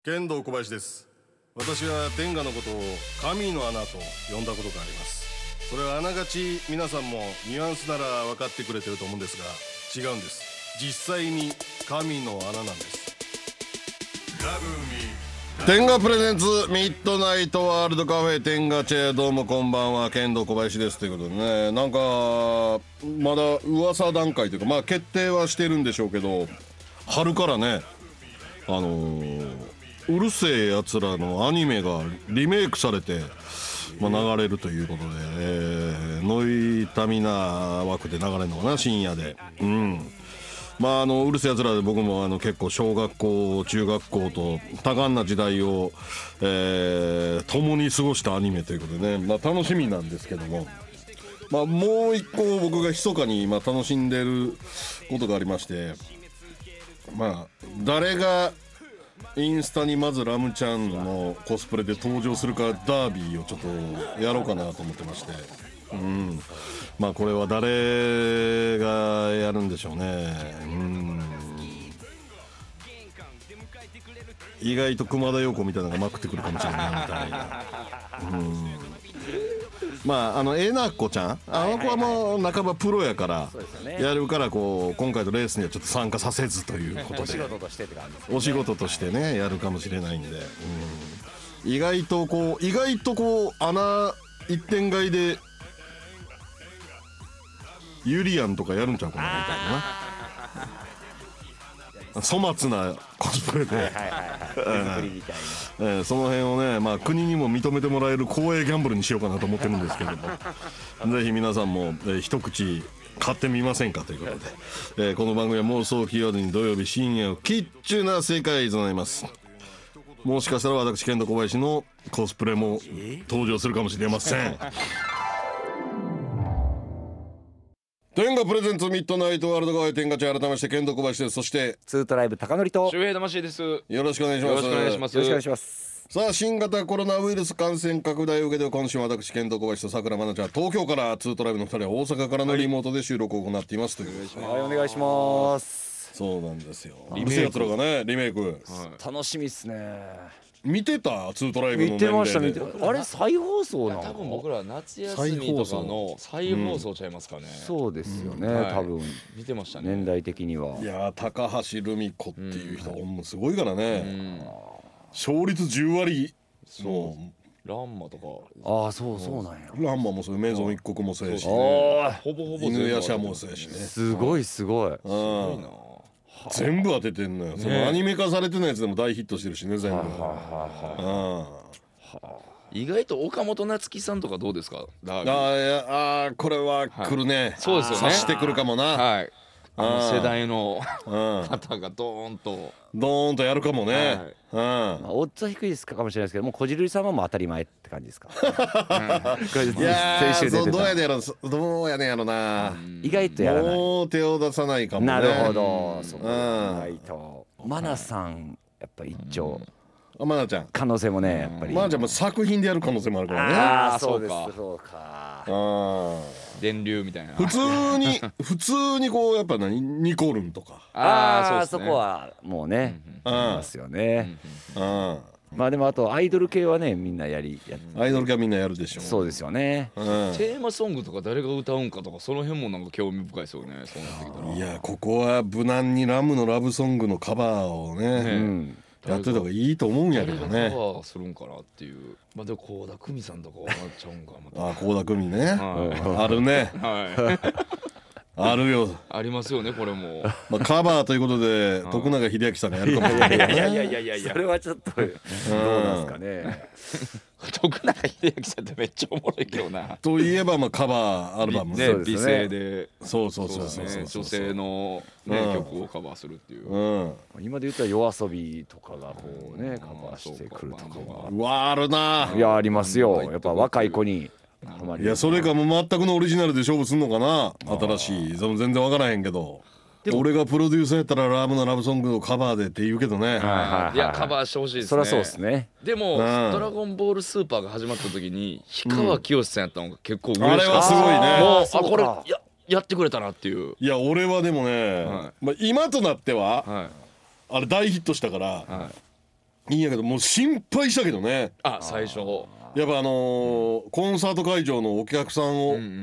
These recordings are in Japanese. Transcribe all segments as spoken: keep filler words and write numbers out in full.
剣道小林です。私は天下のことを神の穴と呼んだことがあります。それはあながち皆さんもニュアンスなら分かってくれてると思うんですが、違うんです。実際に神の穴なんです。天下プレゼンツミッドナイトワールドカフェ天下チェ。どうもこんばんは、剣道小林です。ということでね、なんかまだ噂段階というか、まあ決定はしてるんでしょうけど、春からね、あのー、うるせえやつらのアニメがリメイクされて、まあ、流れるということで、えー、ノイタミナ枠で流れるのかな、深夜で。うん。まあ、あのうるせえやつらで僕もあの結構小学校中学校と多感な時代を、えー、共に過ごしたアニメということでね、まあ、楽しみなんですけども、まあ、もう一個僕が密かに今楽しんでることがありまして、まあ誰がインスタにまずラムちゃんのコスプレで登場するかダービーをちょっとやろうかなと思ってまして、うん、まあこれは誰がやるんでしょうね。うん、意外と熊田曜子みたいなのがまくってくるかもしれないみたいな。うん、まああのえなこちゃん、あの子はもう半ばプロやからやるから、こう今回のレースにはちょっと参加させずということで、お仕事としてって感じですね。お仕事としてねやるかもしれないんで、うん、意外とこう意外とこう穴一点買いでユリアンとかやるんちゃうかなみたいな、粗末なコスプレで、その辺をね、まあ、国にも認めてもらえる公営ギャンブルにしようかなと思ってるんですけどもぜひ皆さんも、えー、一口買ってみませんかということで、えー、この番組は妄想キーワードに土曜日深夜をキッチュな世界となります。もしかしたら私剣道小林のコスプレも登場するかもしれません。天下プレゼンツミッドナイトワールドカフェ天下チェ、改めまして剣道小林です。そしてツートライブ高則と周平魂です。よろしくお願いします。 よろしくお願いします。 よろしくお願いします。 さあ、新型コロナウイルス感染拡大を受けて今週は私剣道小林とさくらまなちゃん、東京からツートライブのふたりは大阪からのリモートで収録を行っていますという。 はい、お願いします。 そうなんですよ。うるせえやつらがねリメイク、はい、 楽しみっすね。 見てたツートライブの見てました見てあれ再放送なの？ 多分僕ら夏休みとかの再放送ちゃいますかね。 うん、そうですよね、 うん、 多分、はい、 見てましたね、 年代的には。 いや高橋留美子っていう人もすごいからね、うん、勝率じゅうわりのランマとか。 ああ、そうそうなんや。 ランマもそう、メゾン一国もそうやし、ね、 ほぼほぼ犬夜叉もそうやしね。 すごいすごい、 すごいな。全部当ててんのよ、ね、そのアニメ化されてないやつでも大ヒットしてるしね、全部。 意外と岡本夏樹さんとかどうですか？ あーあ、これは来るね、はい、 そうですよね、 察してくるかもな、 はい、あの世代の方がドーンとドーンとやるかもね、はい、うん、 まあ、オッズは低いですかもしれないですけども、こじるりさんはもう当たり前って感じですか？ いやー、どうやねんやろ、どうやねんやろな、 意外とやらない、 もう手を出さないかもね。なるほど、そう意外とマナさんやっぱ一丁、 あ、マナちゃん可能性もね、やっぱりマナちゃんも作品でやる可能性もあるからね。 ああ、そうです、そうか、 電流みたいな。 普通に普通にこうやっぱ何ニコルンとか、 ああ、そこはもうねありますよね。まあでもあとアイドル系はね、みんなやりやアイドル系はみんなやるでしょう。 そうですよね、 テーマソングとか誰が歌うんかとか、その辺もなんか興味深いですよね、そうなってきたら。 いや、ここは無難にラムのラブソングのカバーをねやってた方がいいと思うんやけどね。 カバーするんかなっていう。まあでも倖田來未さんとかはなっちゃうんかまた。 あ、倖田來未ね、あるね、あるよ、 ありますよね、これも。 まあカバーということで徳永英明さんがやるかもしれない。 いやいやいやいやいや、それはちょっとどうなんですかね。 徳永英明さんってめっちゃおもろいけどな。 といえばまあカバーアルバムね、美声で、 そうそうそうそう、 女性の曲をカバーするっていう。 今で言ったらYOASOBIとかがこうねカバーしてくるとかは、 うわ、あるな。 いや、ありますよ、やっぱ若い子に。 いや、それかもう全くのオリジナルで勝負すんのかな、新しい。全然分からへんけど、俺がプロデューサーやったらラムのラブソングのカバーでって言うけどね。 いや、カバーしてほしいですね。 そりゃそうですね。 でもドラゴンボールスーパーが始まった時に氷川きよしさんやったのが結構嬉しかった。 あれはすごいね。 もう、あ、これややってくれたなっていう。 いや、俺はでもね、まあ今となってはあれ大ヒットしたからいいんやけどもう心配したけどね。 あ最初やっぱあのー、コンサート会場のお客さんを、 うんうんうんうん、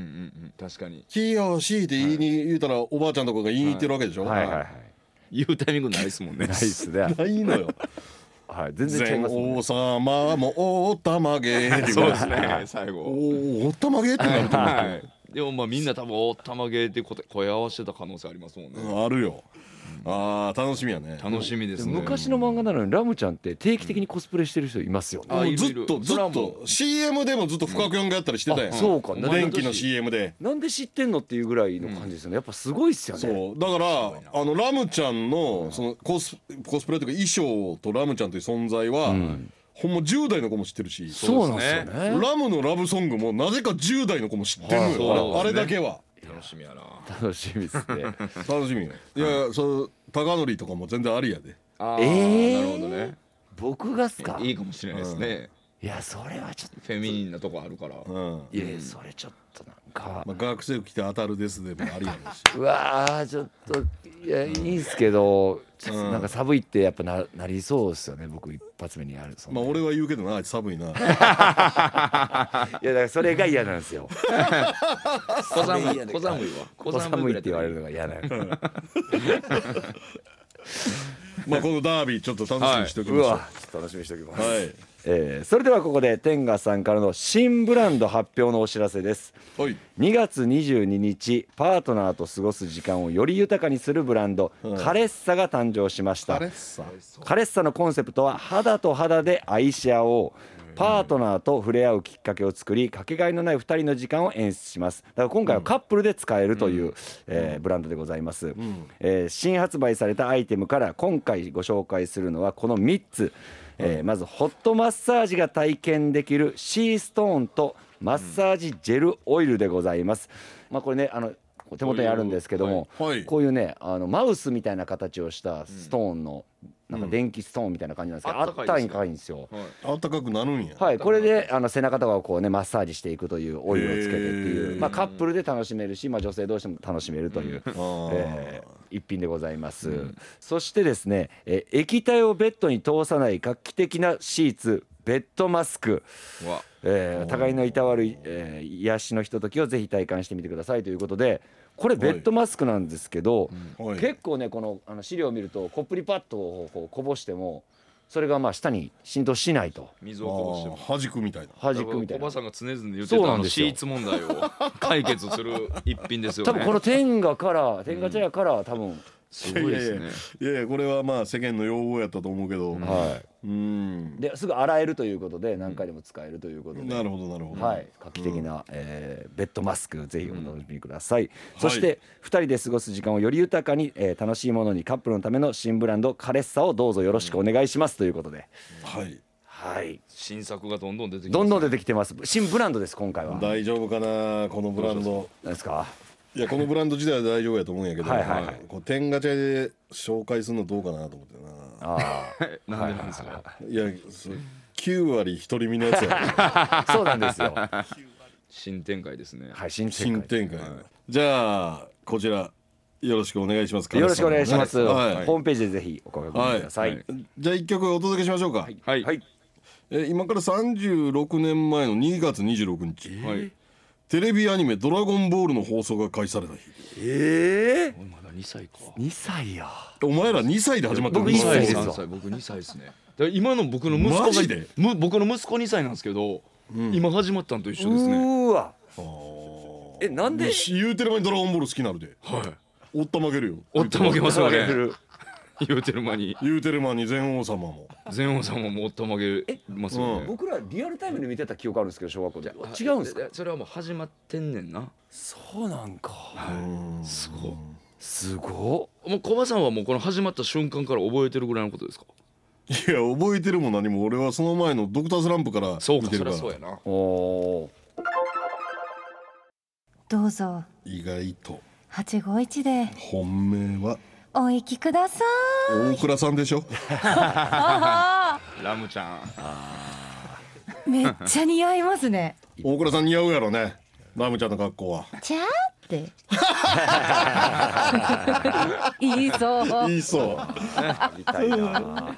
確かにきよしって言いに言うたらおばあちゃんとかが言いに行ってるわけでしょ、 はいはいはい、 言うタイミングないですもんね。 ないっすねないのよはい、全然違いますもんね。 王様もおったまげーってそうですね最後おおったまげーってなると思う、 はい、でもまあみんな多分おったまげーって声合わせてた可能性ありますもんね、 うん、あるよ。あー楽しみやね。 楽しみですね。 昔の漫画なのにラムちゃんって定期的にコスプレしてる人いますよね。 もうずっとずっと シーエム でもずっと深く読んがやったりしてたやん、 うん、そうか。 電気の シーエム でなんで知ってんのっていうぐらいの感じですよね。やっぱすごいっすよね。 そうだからあのラムちゃんのそのコス、コスプレというか衣装とラムちゃんという存在は、うん、ほんまじゅう代の子も知ってるし、 そうなんですよね。 ラムのラブソングもなぜかじゅう代の子も知ってるのよ、ね、あれだけは。 楽しみやな。 楽しみですね楽しみよ。いやそう高則とかも全然ありやで。 あー、えー、なるほどね。 僕がっすか。 いいかもしれないですね、 うん、いやそれはちょっとフェミニンなとこあるから、 うん、 いやそれちょっとなんか、 まあ、学生服着て当たるですでもありやろしうわーちょっといやいいんすけど、ちょっとなんか寒いってやっぱ な, なりそうですよね。僕一発目にやる。 まあ俺は言うけどな、寒いな。いやだからそれが嫌なんですよ。 小寒い小寒いわ小寒いって言われるのが嫌なの。 まあこのダービーちょっと楽しみにしておきましょう。 はい、うわ楽しみにしておきます、 はい。 えー、それではここで天賀さんからの新ブランド発表のお知らせです。 はい、 にがつにじゅうににちパートナーと過ごす時間をより豊かにするブランド、うん、カレッサが誕生しました。 カレッサカレッサのコンセプトは肌と肌で愛し合おう、パートナーと触れ合うきっかけを作りかけがえのないふたりの時間を演出します。だから今回はカップルで使えるという、うんえー、ブランドでございます、うんえー、新発売されたアイテムから今回ご紹介するのはこのみっつ、えー、まずホットマッサージが体験できるシーストーンとマッサージジェルオイルでございます、まあ、これねあの手元にあるんですけども、 はい、 こういうねあのマウスみたいな形をしたストーンの、うん、なんか電気ストーンみたいな感じなんですけど、うん、あったかいんですよ、 はい、あったかくなるんや。 はい、これであの背中とかをこうねマッサージしていくというオイルをつけてっていう、まあ、カップルで楽しめるし、まあ、女性同士も楽しめるという、うんえー、一品でございます、うん、そしてですね、えー、液体をベッドに通さない画期的なシーツベッドマスク、えー、互いのいたわる、えー、癒しのひとときをぜひ体感してみてくださいということで、これベッドマスクなんですけど、はい、結構ねこのあの資料を見るとコップリパッドをこうこぼしてもそれがまあ下に浸透しないと。 水をこぼしても弾くみたいな弾くみたいな。おばさんが常々言ってたあのシーツ問題を解決する一品ですよね。 多分この天下から天下茶屋から多分すごいですね。 いやいやこれはまあ世間の要望やったと思うけど、うん、 はいうんですぐ洗えるということで何回でも使えるということで、うん、 なるほどなるほど、 はい、画期的な、うんえー、ベッドマスクぜひお楽しみください、うん、そして、はい、ふたりで過ごす時間をより豊かに、えー、楽しいものにカップルのための新ブランドカレッサをどうぞよろしくお願いしますということで、 うん、はいはい、 新作がどんどん出てきてます、ね、 どんどん出てきてます。新ブランドです今回は。 大丈夫かなこのブランド。 何ですか。 いやこのブランド自体は大丈夫やと思うんやけど、 はいはいはい、 こう天ガチャで紹介するのどうかなと思ってな。 ああなんでなんですか。 いやきゅうわり独り身のやつやそうなんですよ。 新展開ですね。 はい、新展開、 新展開、はい、じゃあこちらよろしくお願いします。 よろしくお願いします、はい、ホームページでぜひおかけください、はいはい、 じゃあいっきょくお届けしましょうか。 はい、はい、 え今からさんじゅうろくねんまえのにがつにじゅうろくにち、えーはいテレビアニメドラゴンボールの放送が開始された日。 えー、まだにさいか。 にさいや。 お前らにさいで始まったの。 僕にさいですよ。 僕にさいですね。今の僕の息子がマジで僕の息子にさいなんですけど、うん、今始まったのと一緒ですね。 うわ。えなんで？ 言うてる間にドラゴンボール好きになるで。 はい。 おったまげるよ。 おったまげますよね。言うてる間に言うてる間に全王様も全王様もおったまげますよね。 僕らリアルタイムで見てた記憶あるんですけど小学校で違うんですか。 それはもう始まってんねんな。 そうなんか、 はい、すごいすごもう小葉さんはもうこの始まった瞬間から覚えてるぐらいのことですか。 いや覚えてるも何も俺はその前のドクタースランプから見てるから。 そうかそりゃそうやな。 おどうぞ意外とはちごいちで本命はお行きください。 大倉さんでしょ。 ラムちゃんめっちゃ似合いますね。 大倉さん似合うやろねラムちゃんの格好は。 ちゃっって言いそう言いそうやりたいな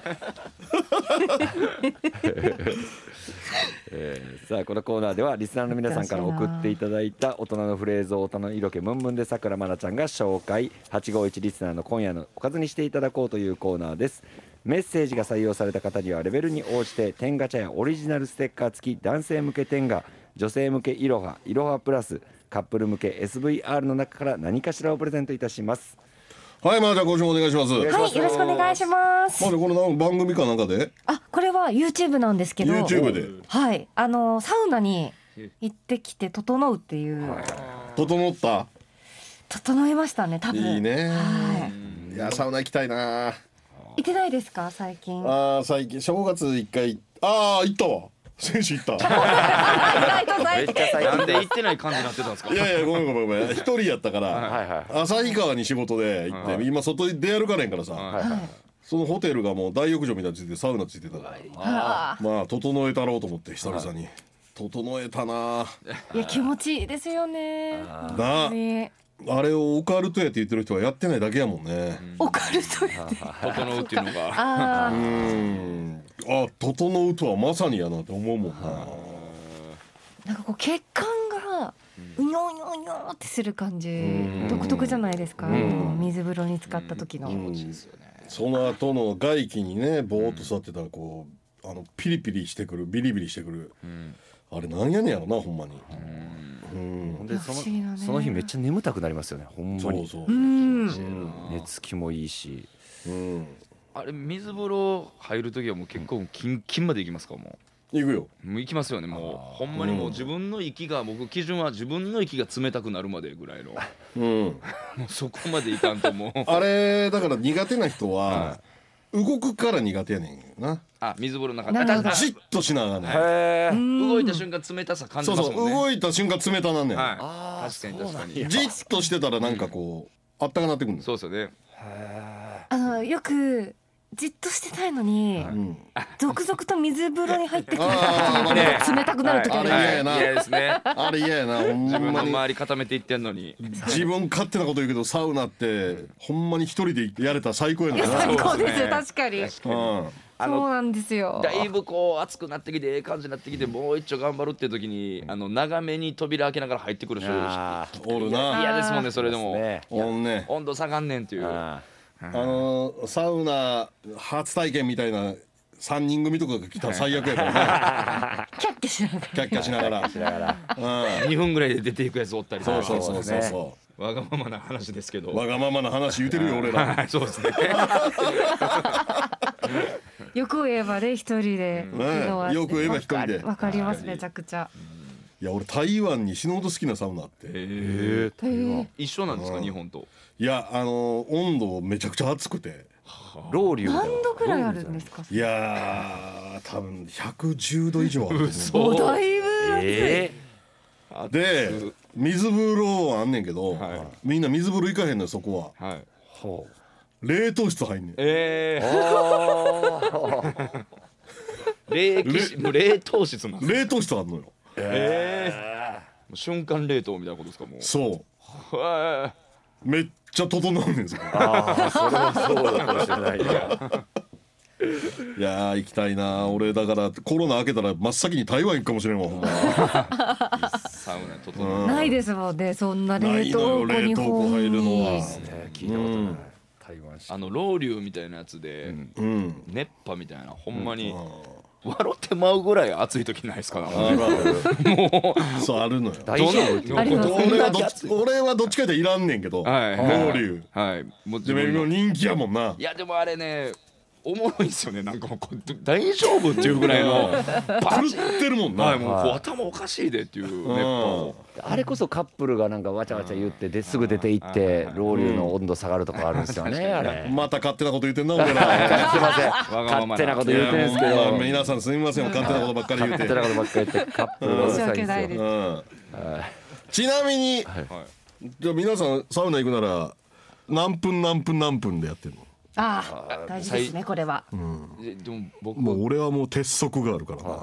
えーさあこのコーナーではリスナーの皆さんから送っていただいた大人のフレーズを大人の色気ムンムンでさくらまなちゃんが紹介。はちごいちリスナーの今夜のおかずにしていただこうというコーナーです。メッセージが採用された方にはレベルに応じて天ガチャやオリジナルステッカー付き男性向け天ガ、女性向けいろはいろはプラス、カップル向け エスブイアール の中から何かしらをプレゼントいたします。 はい、まあじゃあ今週もお願いします。 はい、よろしくお願いしますまあ、この番組かなんかであ、これは YouTube なんですけど YouTube ではいあのサウナに行ってきて整うっていう、はい、 整った整いましたね多分。 いいね、 はい、 いやサウナ行きたいな。 行ってないですか最近。 あ最近正月一回ああ行ったわ。選手行っためっちゃ最近なんで行ってない感じになってたんですか。 いやいやごめんごめんごめん一人やったから、 はいはい、 旭川に仕事で行って、はい、今外で出歩かれんからさ、はいはい、そのホテルがもう大浴場みたいについてサウナついてたから、あまあ整えたろうと思って久々に、はい、整えたな。 いや気持ちいいですよね。 なあれをオカルトやって言ってる人はやってないだけやもんね。 うん、オカルトやって整うっていうのがあうんあ整うとはまさにやなって思うもんな。 なんかこう血管がうにょうにょうにょってする感じ独特じゃないですか。水風呂に浸かった時の気持ちですよね。 その後の外気にねぼーっと座ってたらこうあのピリピリしてくるビリビリしてくる、うん、あれなんやねんやろなほんまに。 うん、でその、ね、その日めっちゃ眠たくなりますよねほんまに。 そうそう、 うん、 寝つきもいいし、 うん、あれ水風呂入る時はもう結構キンキンまで行きますか。もう行くよ。 もう行きますよね。もうほんまにもう自分の息が、僕基準は自分の息が冷たくなるまでぐらいの、うん、もうそこまでいかんともうあれだから苦手な人は、はい、動くから苦手やねんな。 あ水風呂の中でじっとしながらね、 はい、動いた瞬間冷たさ感じますもんね。 そうそう動いた瞬間冷たなんねん、 はい、あ確かに確かにじっとしてたらなんかこう、うん、あったかなってくるんそうですよね。 あのよくじっとしてたいのに、はい、続々と水風呂に入ってきた時に冷たくなる時ある。 あれ嫌やな。 嫌ですね。 あれ嫌やな。ほんまに自分の周り固めていってんのに。 自分勝手なこと言うけどサウナってほんまに一人でやれたら最高やな。 最高ですよ確かに。 確かに。 そうなんですよ。 だいぶこう暑くなってきてええ感じになってきてもう一丁頑張るっていう時にあの長めに扉開けながら入ってくる人おるな。 嫌ですもんねそれでも。 おんね。 温度下がんねんっていう。 あのサウナ初体験みたいなさんにん組とかが来たら最悪やからねキャッキャしながらキャッキャしながらしながらにふんぐらいで出ていくやつおったりとか。 そうそうそうそう、 わがままな話ですけど。 わがままな話言うてるよ俺らそうですねよく言えばね一人でよく言えば一人でわかりますめちゃくちゃ。 いや俺台湾に死ぬほど好きなサウナあって。 えー、一緒なんですか日本と。 いやあの温度めちゃくちゃ暑くてロウリュ何度ぐらいあるんですか。 いや多分ひゃくじゅうど以上あると思う。だいぶ暑い、 えー、で水風呂はあんねんけど、はい、みんな水風呂行かへんのよそこは、はい、冷凍室入んねん。 えー、冷冷冷凍室なんですか。 冷凍室あんのよ。 えー、瞬間冷凍みたいなことですか。もうそうめっちゃ整うんですよ。 ああそれはそうかもしれないやいや行きたいな俺。だからコロナ明けたら真っ先に台湾行くかもしれんわほんまサウナ整うないですもんねそんな冷凍庫に冷凍庫入るのは聞いたことない、うん、台湾あのロウリュみたいなやつで、うん、熱波みたいなほんまに、うん笑ってまうぐらい暑い時ないですか。もうそうあるのよ。 大丈夫。 俺はどっち俺はどっちかでいらんねんけど。はい。ロウリュ。 はい。 もう人気やもんな。 いやでもあれね。おもろいんですよね。なんかもう大丈夫っていうぐらいの狂ってるもんな。 はい、もう頭おかしいでっていう熱波。 あれこそカップルがなんかわちゃわちゃ言ってですぐ出て行ってロウリュの温度下がるとかあるんですよね。あれまた勝手なこと言ってんな俺ら。 すいません。勝手なこと言ってんですけど。 皆さんすみません勝手なことばっかり言って。 勝手なことばっかり言ってカップルがうるさいんですよ。 ちなみにじゃあ皆さんサウナ行くなら何分何分何分でやってるの。 ああ大事ですねこれは、 うん、でも僕もう俺はもう鉄則があるからな。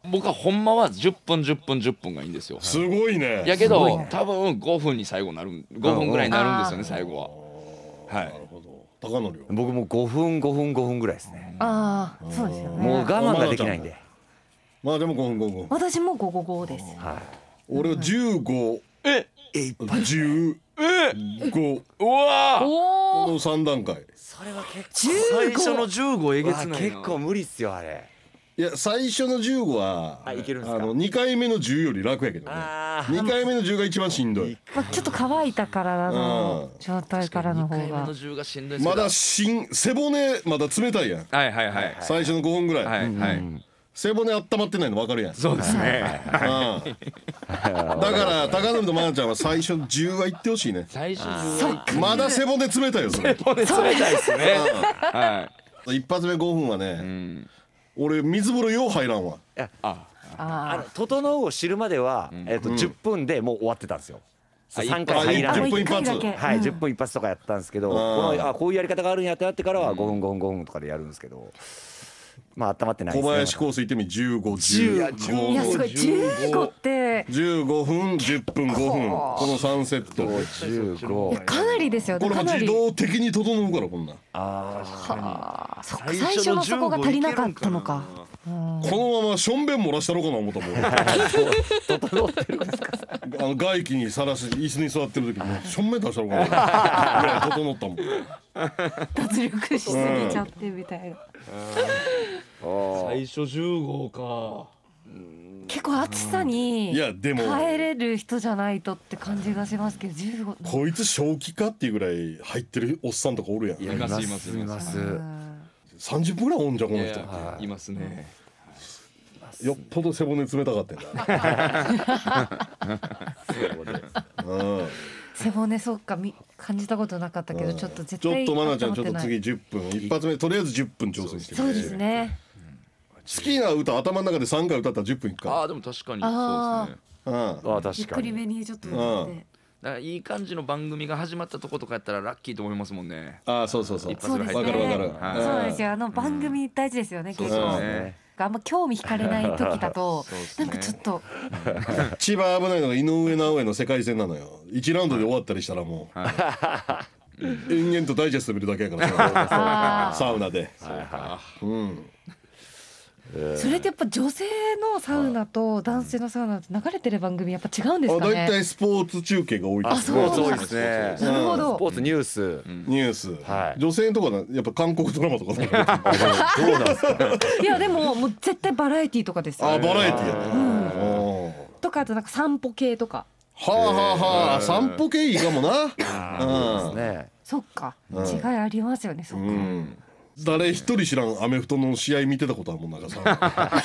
僕はほんまはじゅっぷんじゅっぷんじゅっぷんがいいんですよ。 すごいね。 やけど多分ごふんに最後なるごふんぐらいになるんですよね最後は。はい。 なるほど。高則よ。 僕もごふんごふんごふんぐらいですね。 ああそうですよね。 もう我慢ができないんで。 まあでもごふんごふん。 私もごごごです。 はい。 俺はじゅうご、 えじゅうごうわーおおのさん段階。 それは結構最初のじゅうごえげつないな。 結構無理っすよあれ。 いや最初のじゅうごはあいけるんですか。 あのにかいめのじゅうより楽やけどね。 あにかいめのじゅうが一番しんどい。 まあ、ちょっと乾いた体の状態からの方がにかいめのじゅうがしんどいですけどまだしん背骨まだ冷たいやん。 はいはいはい最初のごふんぐらい。 はいはい背骨温まってないの分かるやん。 そうですね。 うんだから高則と愛菜ちゃんは最初じゅうは行ってほしいね。 最初そっかまだ背骨冷たいよそれ。 骨冷たいですね。は一発目ごふんはね、 い。うん俺水風呂よう入らんわ。 あああの整うを知るまではえっとじゅっぷんでもう終わってたんですよ。 あさんかい入ら 10 ない。 分一発。 はい、じゅっぷん一発とかやったんですけど、このあこういうやり方があるんやってなってからはごふんごふんごふんとかでやるんですけど、まあ温まってないですね。 小林コース行ってみじゅうご、じゅうごいやすごいじゅうごってじゅうごふん、じゅっぷん、ごふんこのさんセット。 じゅうご。 かなりですよこれもねかなり。 自動的に整うからこんなん。 あはあそっか最初のそこが足りなかったのか。 このまましょんべん漏らしたろうかな思ったもん。 整ってるんですか。 あの外気にさらし椅子に座ってる時もしょんべん出したろうかな。ぐらい整ったもん。 脱力しすぎちゃってみたいな。 最初じゅうごか。 結構暑さにいやでも耐えれる人じゃないとって感じがしますけどじゅうご。 こいつ正気かっていうぐらい入ってるおっさんとかおるやん。 いやいますいますいます。 さんじゅっぷんぐらいおんじゃんこの人。 いますね。 よっぽど背骨冷たかったんだ。うん背骨そうかみ感じたことなかったけどちょっと絶ちょっ対と愛菜ちゃん温まてないちょっと次じゅっぷん一発目とりあえずじゅっぷん挑戦してみて。 そうですね。 好きな歌頭の中でさんかい歌ったらじゅっぷんいくか。 ああでも確かにあーそうですね。 うんあゆっ確かに。 くりめにちょっとやって。 だからいい感じの番組が始まったとことかやったらラッキーと思いますもんね。 ああそうそうそう。 一発で入わってかるわかる。 はいそうですよあの番組大事ですよね結そう構。 ですね。 あんま興味惹かれない時だとそうですねなんかちょっと一番危ないのが井上尚弥の世界戦なのよ。いちラウンドで終わったりしたらもう延々とダイジェスト見るだけやからさあサウナで。 そうか。 うん。 それってやっぱ女性のサウナと男性のサウナって流れてる番組やっぱ違うんですあかね。 だいたいスポーツ中継が多いですね。 あそうなんだ多いですね。 なるほどスポーツニュース。 ニュース、 はい女性のとこはやっぱ韓国ドラマとかだからどうなんですか。 いやでももう絶対バラエティとかですよ。 あバラエティーやね、うんはとかあとなんか散歩系とか。 あはあはあ散歩系いいかもな。 そうですね。 そっか違いありますよねそっか。 うん誰一人知らんアメフトの試合見てたことあるもんなんかさ、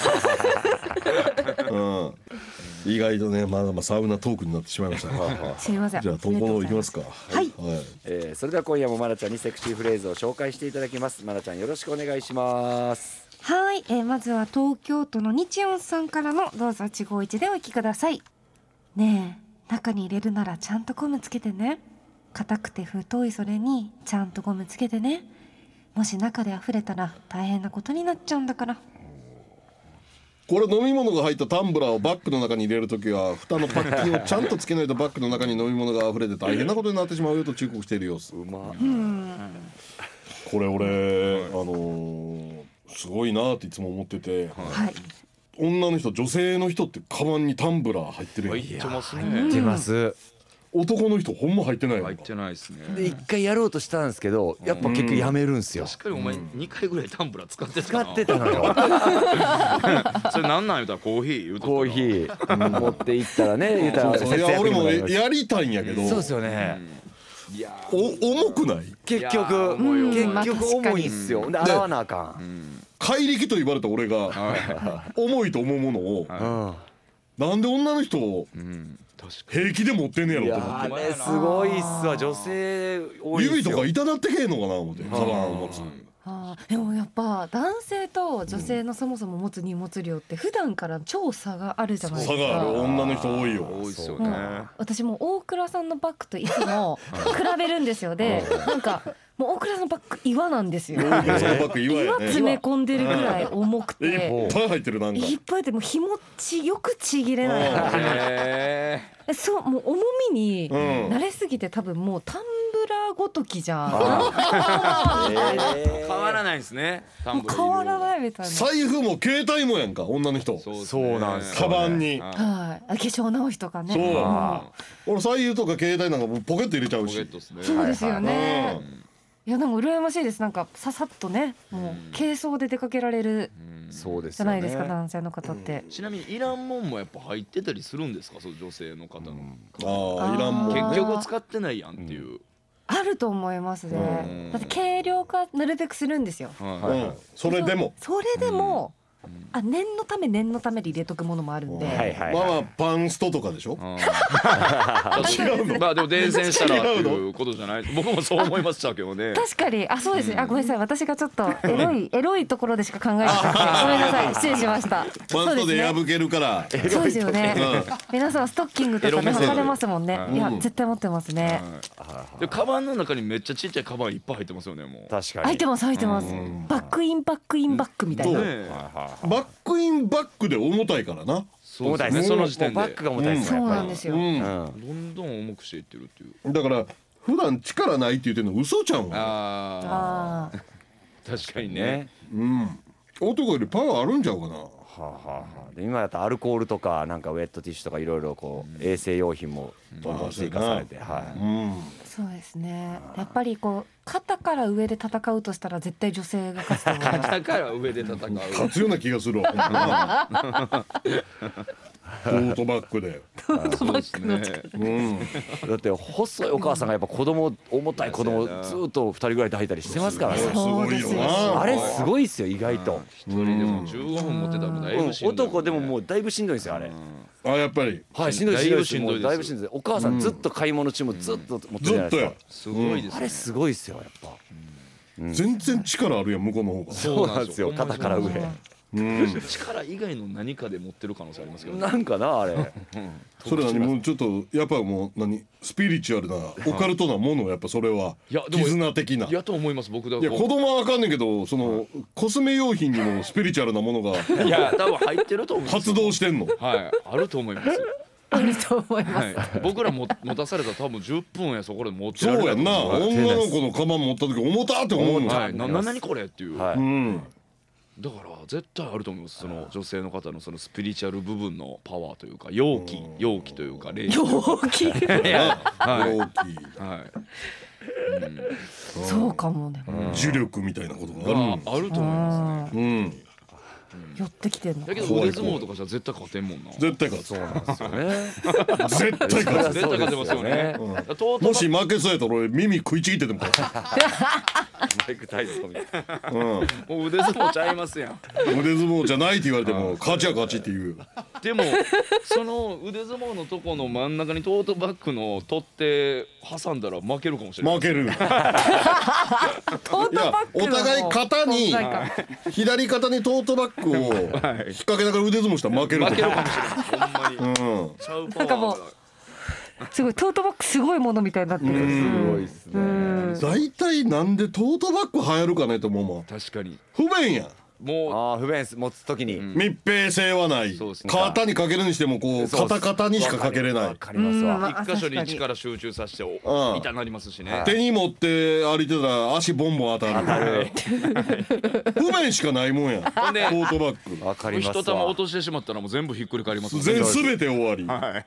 うん、意外とねまだまだサウナトークになってしまいましたね。 知りません。 じゃあ投稿いきますか。 はいえーそれでは今夜もまなちゃんにセクシーフレーズを紹介していただきます。まなちゃんよろしくお願いします。 はい、えー、まずは東京都の日音さんからのどうぞ一期一会でお聞きください。ねえ中に入れるならちゃんとゴムつけてね。硬くて太いそれにちゃんとゴムつけてね。もし中で溢れたら大変なことになっちゃうんだから。 これ飲み物が入ったタンブラーをバッグの中に入れるときは蓋のパッキンをちゃんとつけないとバッグの中に飲み物が溢れて大変なことになってしまうよと忠告している様子。 うま。 これ俺あのーすごいなっていつも思ってて、 はい。 女の人女性の人ってカバンにタンブラー入ってるやん。 入ってますね。 出ます。 男の人ほんま入ってないのか。 入ってないですね。 で一回やろうとしたんですけど、やっぱ結局やめるんですよ。 確かにお前にかいぐらいタンブラー使ってたな。 使ってたのよ。 それなんなん言うたらコーヒー言うとったなコーヒー持って行ったらね、言うたらそうそういや俺もやりたいんやけど、 そうですよね。 いやお重くない結いや局ー重いよ結まあ局重いっすよ。で洗わなあか怪力と言われた俺が重いと思うものをん。 なんで女の人をうん確か平気で持ってんねやいろと思ってやあれすごいっすわ。女性多いっすよ。 指とかいただってけえのかな思ってカバンを持つ。 あーでもやっぱ男性と女性のそもそも持つ荷物量って普段から超差があるじゃないですか。 差がある女の人多いによ。 多いですよね。 もう私も大倉さんのバッグといつも比べるんですよ。でなんかもう大倉さんのバッグ岩なんですよ。 大倉さんのバッグ岩や岩ね。 詰め込んでるぐらい重くいてっぱい入ってるなんか。 いっぱいでもう日持ちよくちぎれない。 へそうもう重みにうん慣れすぎて多分もうタンブラーごときじゃん。 ー変わらないですね。タンブラーもう変わらないみたいな。 財布も携帯もやんか女の人。 そうですねそうなんですカバンに。 はいはい。あ化粧直しとかね。 そううん俺財布とか携帯なんかもうポケット入れちゃうポケッし。 トですね。 そうですよね。 うんいやでも羨ましいです。なんかささっとねもう軽装で出かけられるうんそうですよね。 じゃないですか男性の方って。 ちなみにいらんもんもやっぱ入ってたりするんですか、そう女性の方の。 ああいらんもんね。 結局使ってないやんっていう。 あると思いますうんね。だって軽量化なるべくするんですよ。 はいうんそれでも。 それでも、あ念のため念のためで入れとくものもあるんで、 はいはいまあまあパンストとかでしょ。 違うの。まあでも伝染したらっていうことじゃない。僕もそう思いましたけどね。 確かにあそうですね。あごめんなさい私がちょっとエロいエロいところでしか考えてなくてごめんなさい失礼しました。 パンストで破けるから。 そうですよね。 うん皆さんストッキングとかねエロ目線履かれますもんね。 うんいや絶対持ってますね。 でカバンの中にめっちゃちっちゃいカバンいっぱい入ってますよねもう。 確かに。 入ってます入ってます。バックインバックインバックみたいな。 そうねえバックインバックで重たいからな。 そうですね。その時点でもうバッグが重たいですそうね。やっぱりなんですよ。 うんうん。 どんどん重くしていってるっていう。 だから普段力ないって言ってるの嘘ちゃうん。 ああああ確かにねね。 うん。男よりパワーあるんちゃうかな。 はあはあはあ、で今だとアルコールとかなんかウェットティッシュとかいろいろこう衛生用品もどんどん追加されて、はうん。 そうですね。やっぱりこう肩から上で戦うとしたら絶対女性が勝つと思います。 だから上で戦う。 勝つような気がするわ。ほんまトートバッグで。 そうですね。 うん。 い。だって細いお母さんがやっぱ子供重たい子供ずっとふたりぐらい抱いたりしてますからね。 すごいよな。 あれすごいっすよ意外と。 一人でもじゅうごふん持ってたらだいぶしんどい。 男でももうだいぶしんどいんですよあれ。 あやっぱり。 はいしんどいしんどいです。 だいぶしんどいですもうだいぶしんどい。お母さんずっと買い物中もずっと持ってるじゃないですか。 すごいですね。 あれすごいっすよやっぱ。 全然力あるやん向こうの方が。 そうなんですよ肩から上。 うん。 力以外の何かで持ってる可能性ありますけどね。 なんかなあれ。 それ何もうちょっとやっぱもう何スピリチュアルなオカルトなものやっぱそれはいやでも絆的な。いやと思います僕だや子供はわかんねんけどそのコスメ用品にもスピリチュアルなものがいや多分入ってると思います。 発動してんの。 はいあると思います。 あると思います。 はい僕らも持たされたら多分じゅっぷんやそこで持ってそられるうやんな。 はい女の子のカバン持った時重たって思うの。 はいなな何これっていう。 はい。 うん。 だから絶対あると思いますその女性の方のそのスピリチュアル部分のパワーというか容器容器というか霊気大きい。 はい大きいはいそうかもね。 重力みたいなことがあるああると思いますね。 うん。 寄ってきてんの。 だけど腕相撲とかじゃ絶対勝てんもんな。 絶対勝つ。 そうなんですよね。 絶対勝つ。 絶対勝てますよね。 そうだからトートもし負けそうやったら俺耳食いちぎってでも勝マイク体操みたいな。 つ。うん。 もう腕相撲ちゃいますやん。 腕相撲じゃないって言われても勝ちは勝ちっていう。 でもその腕相撲のとこの真ん中にトートバッグの取っ手挟んだら負けるかもしれない。 負ける。 トートバッグのいやお互い肩に存在感左肩にトートバッグを引っ掛けながら腕相撲したら負けると負けるかもしれない。ほんまに。 うん。 ちゃうパなんかもうワーが。 すごいトートバッグすごいものみたいになってる。 すごいっすね。 大体なんでトートバッグ流行るかねと思うもん。 確かに。 不便やん。 もああ不便持つときに。 密閉性はない。 そうですね肩にかけるにしてもこうそう肩肩にしかかけれないわ。かりますわ。 うんう一箇所に力集中させてうん痛なりますしね。 手に持って歩いてたら足ボンボン当たる。不便しかないもんやん。トほんでートバッグ。 わかりますわ。 一玉落としてしまったらもう全部ひっくり返りますもんね。 全全て終わり。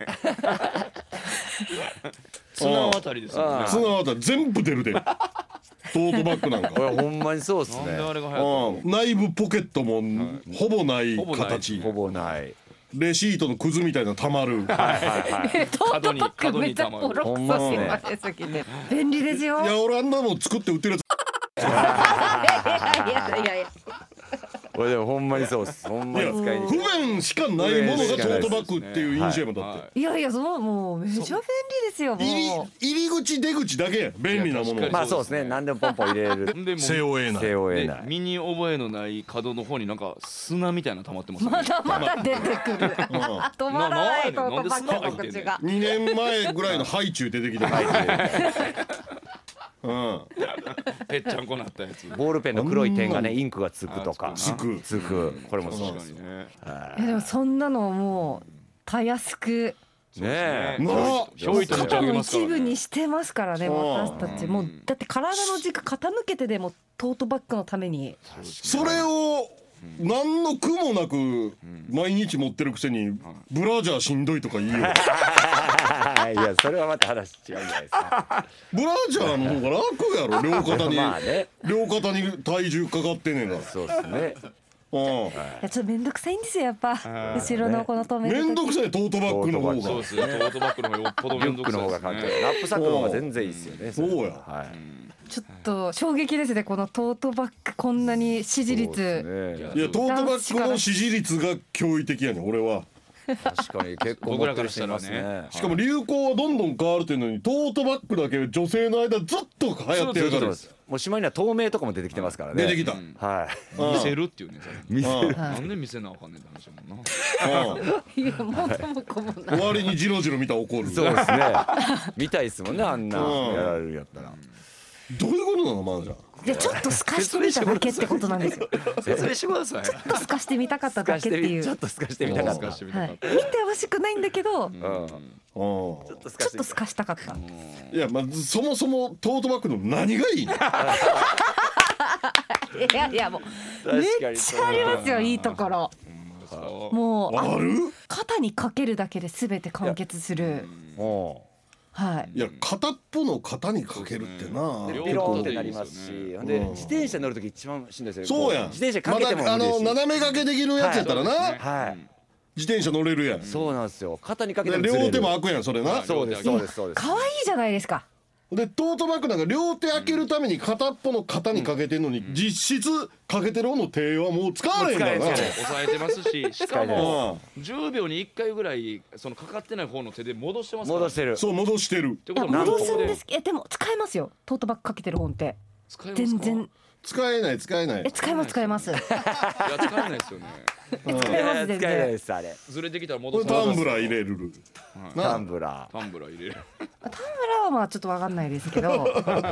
綱渡りですよね。 そのあたり全部出るで。トートバッグなんか。 これほんまにそうっすなんであね。 れが流行っうん内部ポケットもほぼないほぼない形。 ほぼない。 レシートのくずみたいなのたまる。 トートバッグめっちゃボロクソしまれすぎて便利ですよ。 いや俺あんなの作って売ってるやつ。 いやいやいやいや。 これでもほんまにそうっす。ほんまに使いにくい。 不便しかないものがトートバッグっていう印象やもんだって。 いやいやそのもうめちゃ便利ですよもう。 入り入り口出口だけやん便利なものいや確かにまあそうですね。何でもポンポン入れる。 でも背負えない。 背負えでない。 身に覚えのない角の方になんか砂みたいなの溜まってますよね。 まだまだ出てくる。止まらないトートバッグの口が。 にねんまえぐらいのハイチュウ出てきて。 うんぺっちゃんこなったやつ。 ボールペンの黒い点がねインクがつくとかあつくつくこれもそう確かにね。 いやでもそんなのもうたやすくねえなあひょいと持ち上げますからね。 一部にしてますからね、私たちもうだって体の軸傾けてでもトートバッグのためにそれを何の苦もなく毎日持ってるくせにブラジャーしんどいとか言うよ。 いやそれはまた話違うんじゃないですか。 ブラジャーの方が楽やろ。両肩にまあね両肩に体重かかってんねんから。 そうですね。 うんいやちょっと面倒くさいんですよやっぱ後ろのこの止めるめんどくさいトートバッグの方が。 そうですね。トートバッグの方がよっぽどリュック面倒くの方が簡単。 さいですね。 ナップサックの方が全然いいですよね。 そうやはい。 ちょっと衝撃ですねこのトートバッグこんなに支持そうです率ねいやトートバッグの支持率が驚異的やねん俺は。 確かに結構持ってる人いますね。 しかも流行はどんどん変わるっていうのにトートバッグだけ女性の間ずっと流行ってるから。 もうしまいには透明とかも出てきてますからね。 出てきた。 はい見せるっていうね。 見せる。 なんで見せなあかんねんって話やもんな。 うんいや元も子もない終わりにジロジロ見たら怒る。 そうですね。見たいですもんねあんなうんやられるやったら。 どういうことなのマンちゃん。 いやちょっと透かしてみただけってことなんですよ説明してください。 ちょっと透かしてみたかった透かしてだけっていうみちょっと透かしてみたかっ透かた。 してみたかった。 はい、見てほしくないんだけど、 うん。ちうんょっと透かしてみたちょっと透かしたかった。 いやまずそもそもトートバッグの何がいいの。 いやいやもうめっちゃありますよいいところ。もうあある。 肩にかけるだけで全て完結する。 もはい。 いや片っぽの肩にかけるってな。 うで両ピロンって方でいですよねないりますし、ほんうんで自転車乗るとき一番しんどいですよ。 そうやん。 こ自転車かけてもまだあの無理ですし斜め掛けできるやつやったらな、 はい。 自転車乗れるやん。 そうなんですよ。肩にかけでてもずれる。 両手も開くやんそれな。 そうですそうですそうです。 可愛いじゃないですか。 でトートバッグなんか両手開けるために片っぽの肩にかけてんのに、実質かけてる方の手はもう使われへんからな。 もう使えへんです抑えてますし、しか使えてもじゅうびょうにいっかいぐらいそのかかってない方の手で戻してますから。 戻してる。 そう戻してる。 っていやことは戻すんで。 ですえでも使えますよトートバッグかけてる本って使えますか。 全然使えない使えないえ。使えます使えます。 いや使えないですよね。 使えます全使えない然。 ですあれ。 ずれてきたらこ戻す。 れタンブラー入れる。 タンブラー。 タンブラー入れる。 タンブラーはまあちょっとわかんないですけど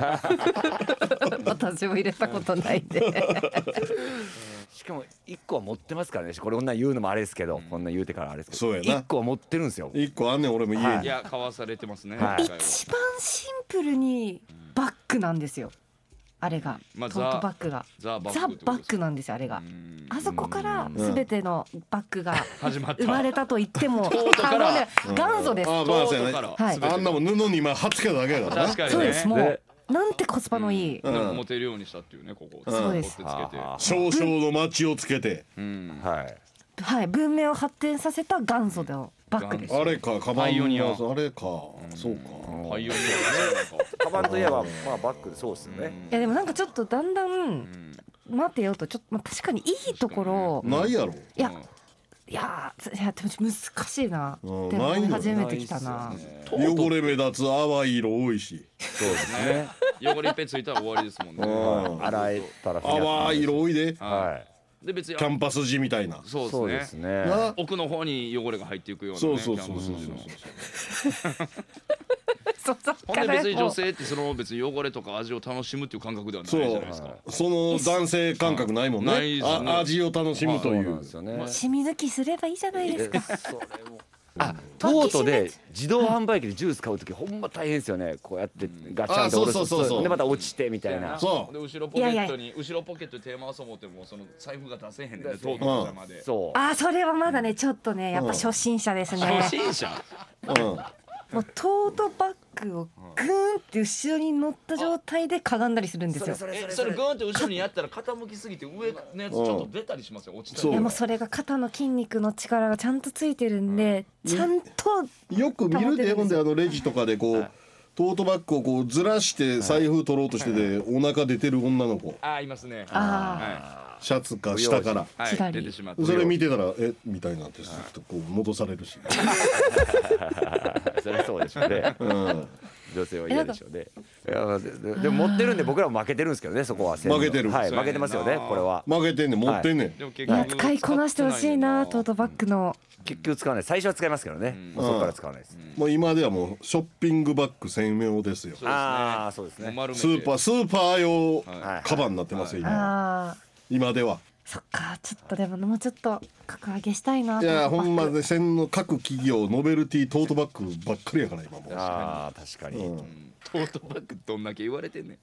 私も入れたことないんでしかも一個は持ってますからね。これこんなん言うのもあれですけど、こんなん言うてからあれですけど、 そうやな一個は持ってるんですよ。 一個あんねん俺も家に。 はいいや買わされてますね。 はい今回は一番シンプルにバッグなんですよあれが、 まあトートバッグがザバザ・ッグってことですバッグなんですよあれがうんあそこから全てのバッグが始まった。 生まれたと言ってもトートからあのね元祖ですあまあそうやねトートからはい全てあんなもん布に今貼っつけただけやからな。 確かにね。 そうですもうでなんてコスパのいい、 うんなんかモテるようにしたっていうねここ。 そうです取ってつけて。 あ少々の町をつけて。 うん。 はい。 はい、文明を発展させた元祖のバッグですあれかカバンパイオニアのあれかそうか。 パイオニアですね。 カバンといえばまあバッグでそうですよね。 いやでもなんかちょっとだんだん待てよとちょっと、まあ、確かにいいところないやろ。 いやいやいやでも難しいなってうん思いないよ始めてきたな。 汚れ目立つ淡い色多いし。 そうですね。 汚れいっぺんついたら終わりですもんね。 うん洗えたら淡い色多いで。 はで別にキャンパス地みたいな。 い。 そうそうでね。 ですすね。 な。 奥の方に汚れが入っていくようなね。 そうそうそうそうそうキャンパス地のそうそうほんで別に女性ってその別に汚れとか味を楽しむっていう感覚ではないじゃないですか。 その男性感覚ないもんね。 ないですねあ味を楽しむとそういうなんですよね。 清水着すればいいじゃないですか。 それもあトートで自動販売機でジュース買うときほんま大変ですよね。こうやってガチャンと下ろすあそうそうそうそうでまた落ちてみたいな。 そうで後ろポケットに後ろポケットに手回そう思ってもその財布が出せへんねんねトートの下まで。 そう。 あーそれはまだねちょっとねやっぱ初心者ですね。 初心者。 うんもうトートバッグをグーンって後ろに乗った状態でかがんだりするんですよ。 えそれグーンって後ろにやったら傾きすぎて上のやつちょっと出たりしますよ落ちたそうり。 いやもうそれが肩の筋肉の力がちゃんとついてるんで、ちゃんとよく見るでほんであのレジとかでこうトートバッグをこうずらして財布取ろうとしてでお腹出てる女の子あーいますね。 あはシャツか下からいはいちらり出てしまって。 それ見てたらえみたいなんてずっとこう戻されるし、 それそうでしょうね。 うん、 女性は嫌でしょうね。いやででも持ってるんで僕らも負けてるんですけどね、そこは負けてるはい、負けてますよねこれは。 負けてんねん持ってんねん、 でも結いや局使いこなしてほしいなトートバッグの。 結局使わない、最初は使いますけどね、もうそこから使わないです。 もう今ではもうショッピングバッグ専用ですよ。 ああそうですね。 スーパースーパー用はいカバンになってますよ今ああ今では。 そっか、ちょっとでももうちょっと格上げしたいな。 いやほんまでで戦の各企業ノベルティトートバッグばっかりやから今もう。 ああ確かに。 うんトートバッグどんだけ言われてんねん。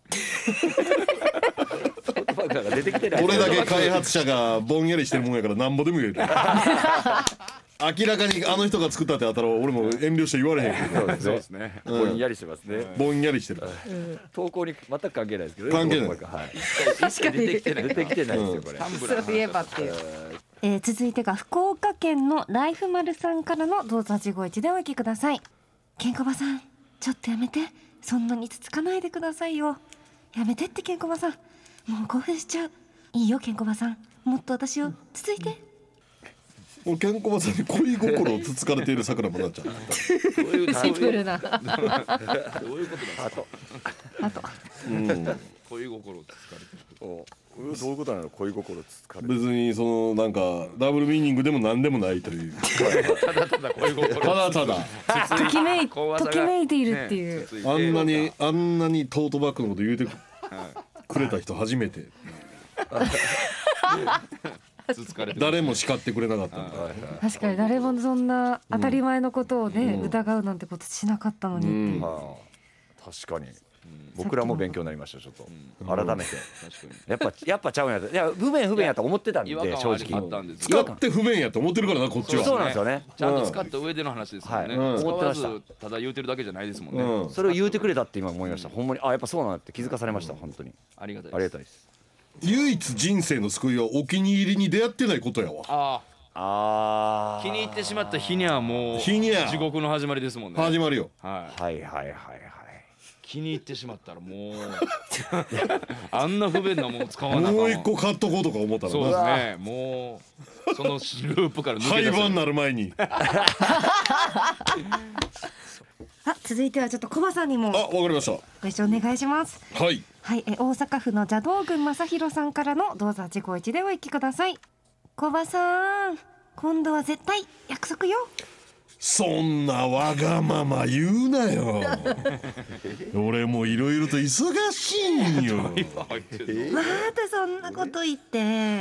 トートバッグが出てきてない。 これだけ開発者がぼんやりしてるもんやからなんぼでも言える明らかにあの人が作ったってあったら俺も遠慮して言われへんけどそうですね。ぼんやりしてますね。 ぼんやりしてる投稿に全く関係ないですけどね。 関係ないトートバッグはい。 確かに出てきてない出てきてないですよこれ。 タンブラーそういえばっていう。えー続いてが福岡県のライフマルさんからのどうぞはちごいちでお聞きください。ケンコバさんちょっとやめて、そんなにつつかないでくださいよ。やめてってケンコバさん、もう興奮しちゃう。いいよケンコバさん、もっと私をつついて。 もうケンコバさんに恋心をつつかれているさくらもなっちゃうそういうシンプルな。 どういうことなんですか。 あとうん恋心をつかれてる。 おどういうことなの恋心つつかれる。 別にそのなんかダブルミーニングでも何でもないというただただ恋心。 ただただときめい小技がときめいているっていう。 ねつついてあんなにあんなにトートバッグのこと言うてくれた人初めて。 つつかれてる。 誰も叱ってくれなかったんだ。 確かに誰もそんな当たり前のことをね、疑うなんてことしなかったのにっていう。 はあ確かに。僕らも勉強になりましたちょっと改めて。 確かに。 やっぱやっぱちゃうんやと。いや不便不便やと思ってたんで違和感正はあった直。 んです使って不便やと思ってるからなこっちは。 そうなんですよね。 ちゃんと使った上での話ですもんね。 はい使わず思ってただ言うてるだけじゃないですもんね。 うんそれを言うてくれたって今思いました。ほんまにあやっぱそうなんだって気づかされました本当に。 ありがたいです。 ありがたいです。 唯一人生の救いはお気に入りに出会ってないことやわ。 あああ、気に入ってしまった日にはもう日には地獄の始まりですもんね。 始まるよ。 はい。 はいはいはいはい。 気に入ってしまったらもうあんな不便なもの使わなあかんわ。 もう一個買っとこうとか思ったらそうですな。 ね。もうそのループから抜け廃出せる。 盤になる前に。 あ、続いてはちょっとコバさんにもあ、わかりました。 ご一緒お願いします。 はい。 はい、え大阪府の邪道郡正弘さんからのどうぞはちごいちでお聞きください。コバさん、今度は絶対約束よ。 そんなわがまま言うなよ。俺もいろいろと忙しいんよ。 入ってるのまたそんなこと言って、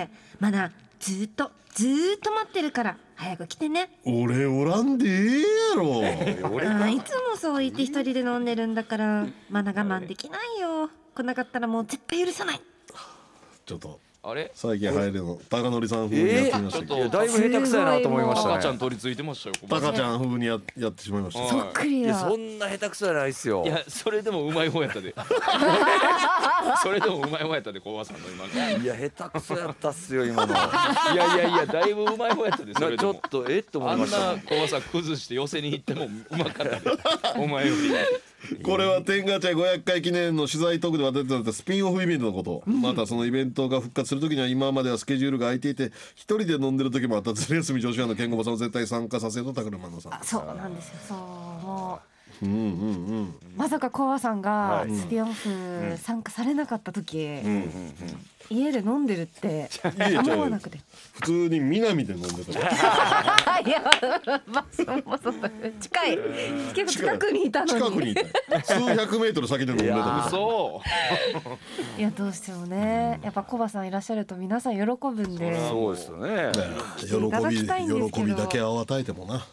まだずっとずーっと待ってるから早く来てね。 俺おらんでええやろ。 あいつもそう言って一人で飲んでるんだからまだ我慢できないよ。来なかったらもう絶対許さない。 ちょっとあれ最近入るの高則さん風にやってみましたけど、 えーいやだいぶ下手くそやなと思いましたね。 赤ちゃん取り付いてましたよ。 高ちゃん風にややってしまいました。 はいそっくりだ。 いやそんな下手くそじゃないっすよ。 いやそれでもうまい方やったで。それでもうまい方やったで小川さんの今の。 いや下手くそやったっすよ今の。 いやいやいやだいぶうまい方やったで。それでもちょっとえっと思あんいましたな小川さん崩して寄せに行ってもうまかったで。お前より。 これは天下茶ごひゃっかい記念の取材特で話題となったスピンオフイベントのこと、またそのイベントが復活するときには今まではスケジュールが空いていて一人で飲んでる時もあったずる休み女子アナのケンゴバさんを絶対参加させようとタクルマンのさん。 あ、そうなんですよ。そうもうんうんうんうまさかコバさんがはいスピンオフ参加されなかった時、 うん家で飲んでるって家じゃ思わなくて。 普通に南で飲んでたよ。 いや、まあそうもそうだね。近い結構近くにいたのに。 近くにいたよ。数百メートル先で飲んでたよ。 嘘。 いやどうしてもね、やっぱコバさんいらっしゃると皆さん喜ぶんで。 そうですよね。 喜いただびきたいんですけど喜びだけを与えてもな。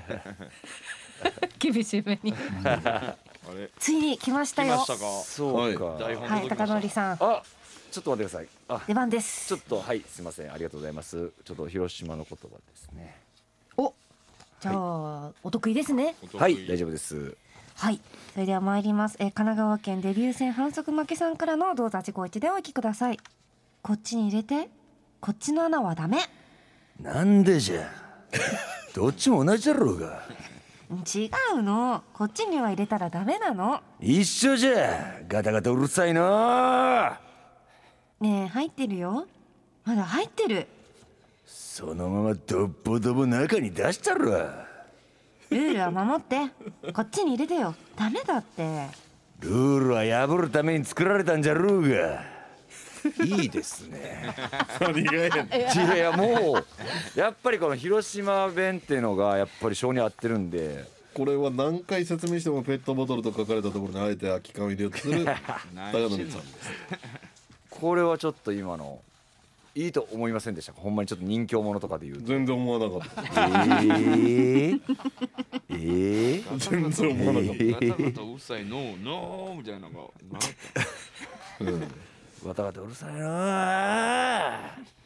厳しめに。 あれついに来ましたよ。 来ましたか。 そうか。 台本はい、高届きました。 則さんあちょっと待ってください。あ出番です。 ちょっとはいすいませんありがとうございます。ちょっと広島の言葉ですね。 お、じゃあ、お得意ですね。 お得意はい大丈夫です。 はい、それでは参ります。えー神奈川県デビュー戦反則負けさんからのどうぞはちごいちでお聞きください。こっちに入れて、こっちの穴はダメ。 なんでじゃ。どっちも同じだろうが。 違うの。こっちには入れたらダメなの。 一緒じゃ。ガタガタうるさいな。 ねえ、入ってるよ。まだ入ってる。 そのままどっぽどぼ中に出したろ。 ルールは守って。こっちに入れてよ。 ダメだって。 ルールは破るために作られたんじゃろうが。いいですね。 何がやねん。 いやもうやっぱりこの広島弁っていうのがやっぱり性に合ってるんで。 これは何回説明してもペットボトルと書かれたところにあえて空き缶を入れようとする高野さんです。 これはちょっと今のいいと思いませんでしたか。ほんまにちょっと人気者とかで言うと全然思わなかった。 えー、えー、 全然思わなかった。 ガタガタうるさいノーノーみたいなのがうん、 ガタガタうるさいな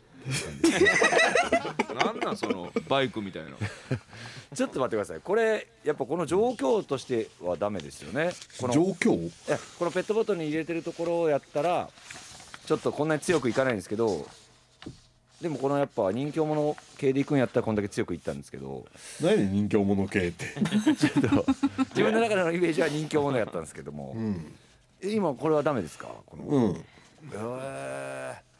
なんなんそのバイクみたいな。 ちょっと待ってください。これやっぱこの状況としてはダメですよね。この状況？ いやこのペットボトルに入れてるところをやったらちょっとこんなに強くいかないんですけど、でもこのやっぱ人気者系でいくんやったらこんだけ強くいったんですけど。 何人気者系ってちょっと自分の中でのイメージは人気者やったんですけども、うん、今これはダメですか。この、うん、えー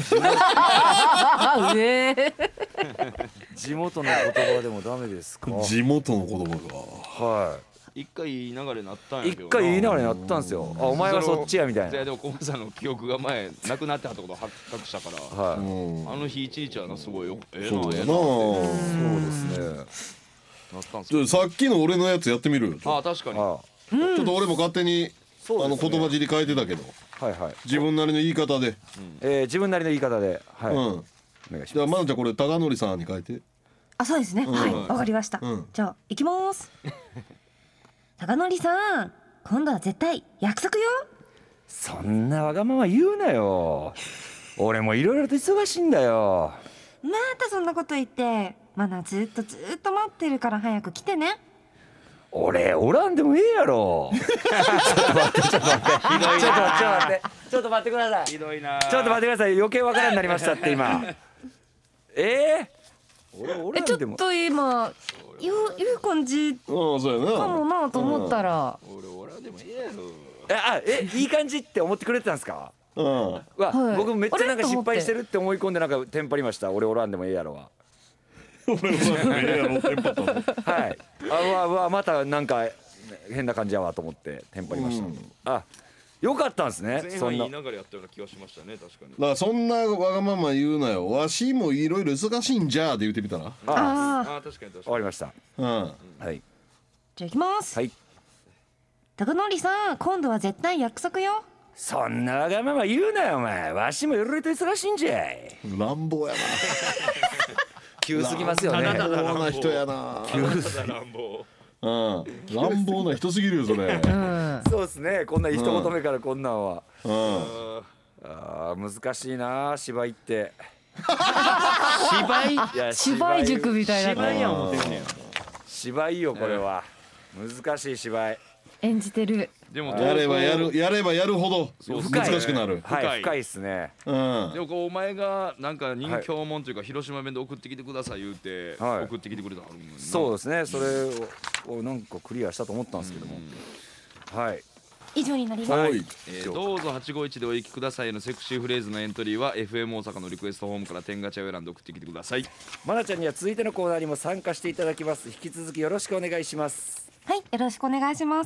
地元の言葉でもダメですか。 地元の言葉がはい一回言いながらになったんやけどな。 一回言いながらになったんですよ。あお前はそっちやみたいな。 いやでも小松さんの記憶が前なくなってはったことを発覚したから、はい、あの日一日はなすごいよええなええな。そうですね。 なったんすよ。 さっきの俺のやつやってみる。 あ確かに。ちょっと俺も勝手にあの言葉尻変えてたけど。 はいはい、 自分なりの言い方で、うんえー、自分なりの言い方で、はい、うん、お願いします。 じゃあまなちゃんこれ高則さんに変えて。 あそうですね、うん、はいわかりました、うん、じゃあ行きます高則さん今度は絶対約束よ。 そんなわがまま言うなよ俺もいろいろと忙しいんだよ。 またそんなこと言ってまなずっとずっと待ってるから早く来てね。 俺おらんでもええやろちょっと待ってちょっと待ってちょっと待ってちょっと待ってください。 ひどいな。 ちょっと待ってください余計わからんなりましたって今えー、俺おらんでもちょっと今言う言う感じかもなと思ったら、 うん、俺おらんでもええやろ。 えあえいい感じって思ってくれてたんですか。うん、わ、 はい、 僕めっちゃなんか失敗してるって思い込んでなんかテンパりました。俺おらんでもええやろは俺おらんでもええやろテンパったのはいあわわまたなんか変な感じやわと思ってテンパりました、うん、あよかったんですね。 前半言いながらやったような気がしましたね。確かに。 だからそんなわがまま言うなよわしもいろいろ忙しいんじゃーって言ってみたら。あああ確かに確かにわかりました、 うん、 はいじゃあ行きます。 はい高則さん今度は絶対約束よ。 そんなわがまま言うなよお前わしもいろいろと忙しいんじゃい。 乱暴やな急すぎますよね。 乱暴な人やな急すぎ乱暴うん、乱暴な人すぎるよそれ、うん、 そうですねこんな一言目からこんなんは、 うん、 あ難しいな芝居って芝居いや芝居塾みたいな芝居や思ってんねん。 芝居よこれは、難しい芝居演じてる。 でもやればやるやればやるほど難しくなる。 深い、はい、深いっすね、 うん、 でもこうお前がなんか人気者というか広島弁で送ってきてください言うて、はい、送ってきてくれたのあるもんな。 そうですねそれをなんかクリアしたと思ったんですけども、はい以上になります、 はいえー、どうぞはちごいちでお行きくださいのセクシーフレーズのエントリーは エフエム 大阪のリクエストホームから天ガチャを選んで送ってきてください。 まなちゃんには続いてのコーナーにも参加していただきます。引き続きよろしくお願いします。 はいよろしくお願いします。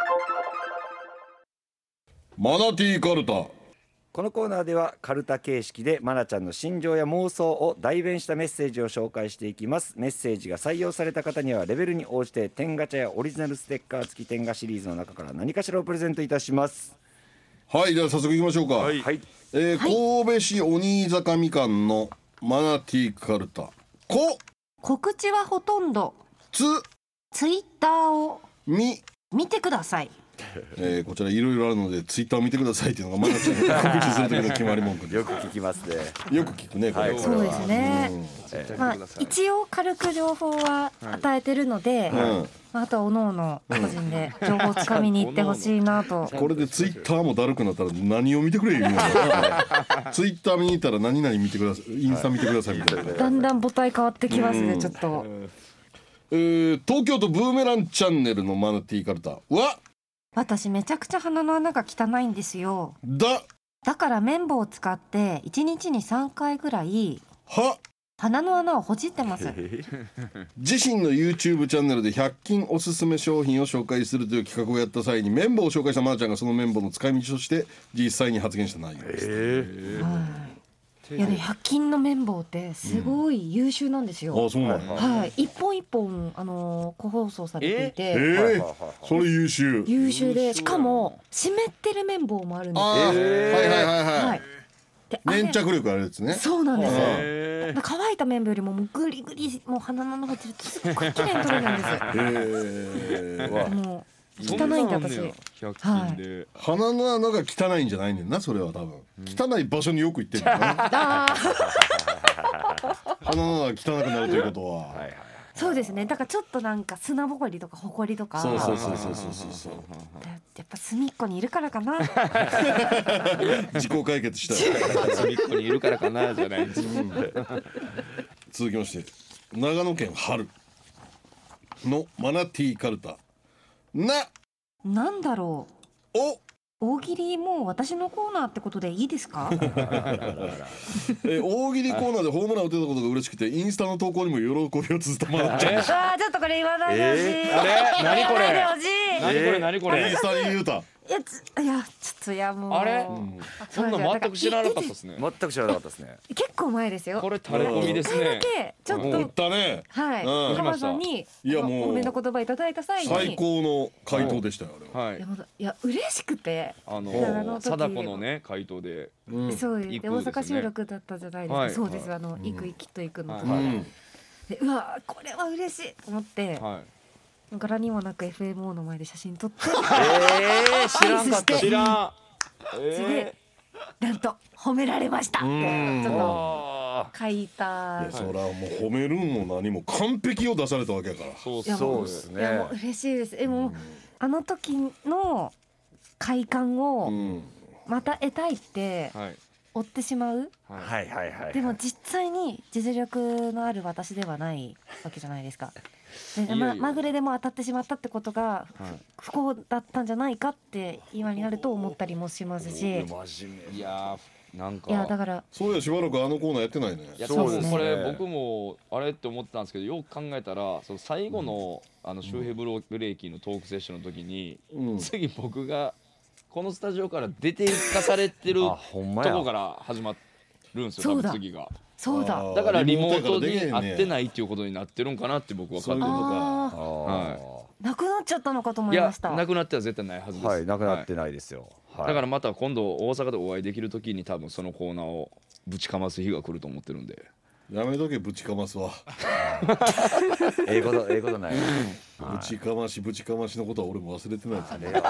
マナティーカルタ。 このコーナーではカルタ形式でまなちゃんの心情や妄想を代弁したメッセージを紹介していきます。メッセージが採用された方にはレベルに応じて天ガチャやオリジナルステッカー付き天ガシリーズの中から何かしらをプレゼントいたします。 はいでは早速いきましょうか。はい、えーはい、神戸市鬼坂みかんのマナティーカルタ。こ告知はほとんどつツイッターをみ見てください。 えー、こちらいろいろあるのでツイッターを見てくださいっていうのがマナちゃんが告知する時の決まり文句です。 よく聞きますね。 よく聞くねこれ、 はい、 そうですね、うんえーまあ、一応軽く情報は与えてるので、はいまあ、あとはおのおの個人で情報をつかみに行ってほしいなと、 うん、これでツイッターもだるくなったら何を見てくれよツイッター見に行ったら何々見てくださいインスタ見てくださいみたいな、 だんだん母体変わってきますね、うん、ちょっと、 えー、東京都ブーメランチャンネルのマナティーカルタは私めちゃくちゃ鼻の穴が汚いんですよ。 だだから綿棒を使っていちにちにさんかいぐらいは鼻の穴をほじってます。 自身の YouTube チャンネルでひゃっ均おすすめ商品を紹介するという企画をやった際に綿棒を紹介したまなちゃんがその綿棒の使い道として実際に発言した内容です。 はい、いやね、ひゃっ均の綿棒ってすごい優秀なんですよ、 うん、あそうなんだ、 はい、一本一本あのー、個包装されていて、 えー、それ優秀優秀で、しかも湿ってる綿棒もあるんですよ。 あ、えー、はいはいはいはい、はい、 で粘着力あるやつね。 そうなんですよ。乾いた綿棒よりももうグリグリもう鼻の中にすっごい綺麗に取れるんです。えー、もう汚いんだ私。 ひゃく均で鼻の穴が汚いんじゃないねんな、それは多分、うん、汚い場所によく行ってるんだな。鼻の穴が汚くなるということは、はいはい、 そうですね。だからちょっとなんか砂ぼこりとかほこりとか、 そうそうそうそうそうそう、 やっぱ隅っこにいるからかな。 自己解決したら隅っこにいるからかなじゃないです、うん、 続きまして長野県春のマナティーカルタな、 なんだろう、 お大喜利もう私のコーナーってことでいいですか？ え大喜利コーナーでホームラン打てたことが嬉しくてインスタの投稿にも喜びをつづってもらっちゃいました。 あーちょっとこれ言わないでほしい、 えー、あれ何これ言わないでほしい、 何これ何これ、 インスタに言うた、 いやいやちょっといやもうあれ、うん、そんな全く知らなかったですね。 全く知らなかったですね。 結構前ですよ。 これ垂れ込みですね。 一回だけちょっと思ったね、 はい、うん、浜さんにいやもうおめの言葉いただいた際に最高の回答でしたよ、あれは。 はい、 いや、いや嬉しくて、 あの貞子のね回答で、 うん、そうで大阪収録だったじゃないですか、はい、そうです、あの、うん、行く行きと行くのとか、はい、でうわこれは嬉しいと思って、はい、柄にもなく エフエムオー の前で写真撮って、 えー、知らんかった、 知らん、 えー、なんと褒められましたってちょっと書いた。 いやそれはもう褒めるんも何も完璧を出されたわけやから。 そうそうですね。 いやもう嬉しいです。えもう、うん、あの時の快感をまた得たいって追ってしまう、 はいはいはいはい、 でも実際に実力のある私ではないわけじゃないですか。でままぐれでも当たってしまったってことが不幸だったんじゃないかって今になると思ったりもしますし、 いやなんかいやだからそういやしばらくあのコーナーやってないね。 いやそうですね。これ僕もあれって思ってたんですけど、よく考えたらその最後のあの周平ブロブレーキのトークセッションの時に、うん、次僕がこのスタジオから出て行かされてるとこから始まるんですよ。多分次が。 そうだ。 だからリモートに会ってないっていうことになってるんかなって僕は勝手に。 はい。なくなっちゃったのかと思いました。 いやなくなっては絶対ないはずです。 はい、なくなってないですよ。 はい、だからまた今度大阪でお会いできるときに多分そのコーナーをぶちかます日が来ると思ってるんで。 やめとけぶちかますわ。 ええことええことない。 ぶちかましぶちかましのことは俺も忘れてないですね。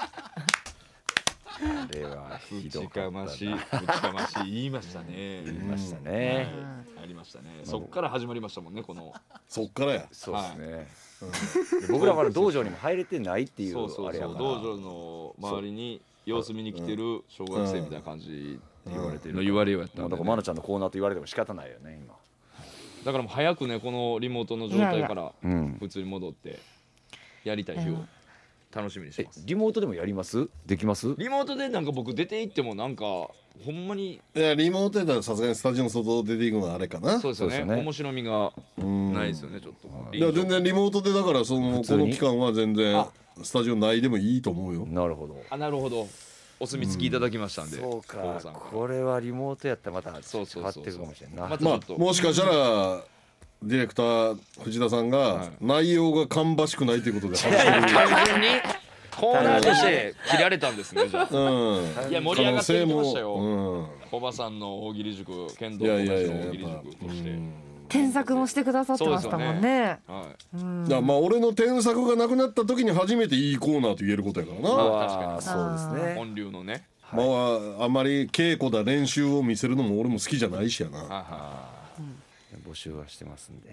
あれはひどかったな。 ぶちかましぶちかまし言いましたね。 言いましたね。 ありましたね。そっから始まりましたもんねこの。 そっからや。 そうですね。僕らから道場にも入れてないっていうあれやから。 道場の周りに様子見に来てる小学生みたいな感じで言われてるの言われようやったんで、 だからマナちゃんのコーナーと言われても仕方ないよね今。 だからもう早くねこのリモートの状態から普通に戻ってやりたい日を楽しみにしてます。 リモートでもやります？できます？ リモートでなんか僕出て行ってもなんかほんまにいやリモートやったらさすがにスタジオの外出ていくのはあれかな。 そうですよね。面白みがないですよねちょっと。 いや全然リモートでだからそのこの期間は全然スタジオ内でもいいと思うよ。 なるほど。 あなるほど。お墨付きいただきましたんで、 そうかこれはリモートやったらまた変わってるかもしれんな。 まあもしかしたらディレクター藤田さんが内容が芳しくないということで単純にコーナーとして切られたんですねじゃあ。いや盛り上がってきましたよ。小葉さんの大喜利塾剣道小林の大喜利塾として添削もしてくださってましたもんね。 いやまあ俺の添削がなくなった時に初めていいコーナーと言えることやからな。 確かにそうですね。 本流のね。 まああまり稽古だ練習を見せるのも俺も好きじゃないしやな。 募集はしてますんで。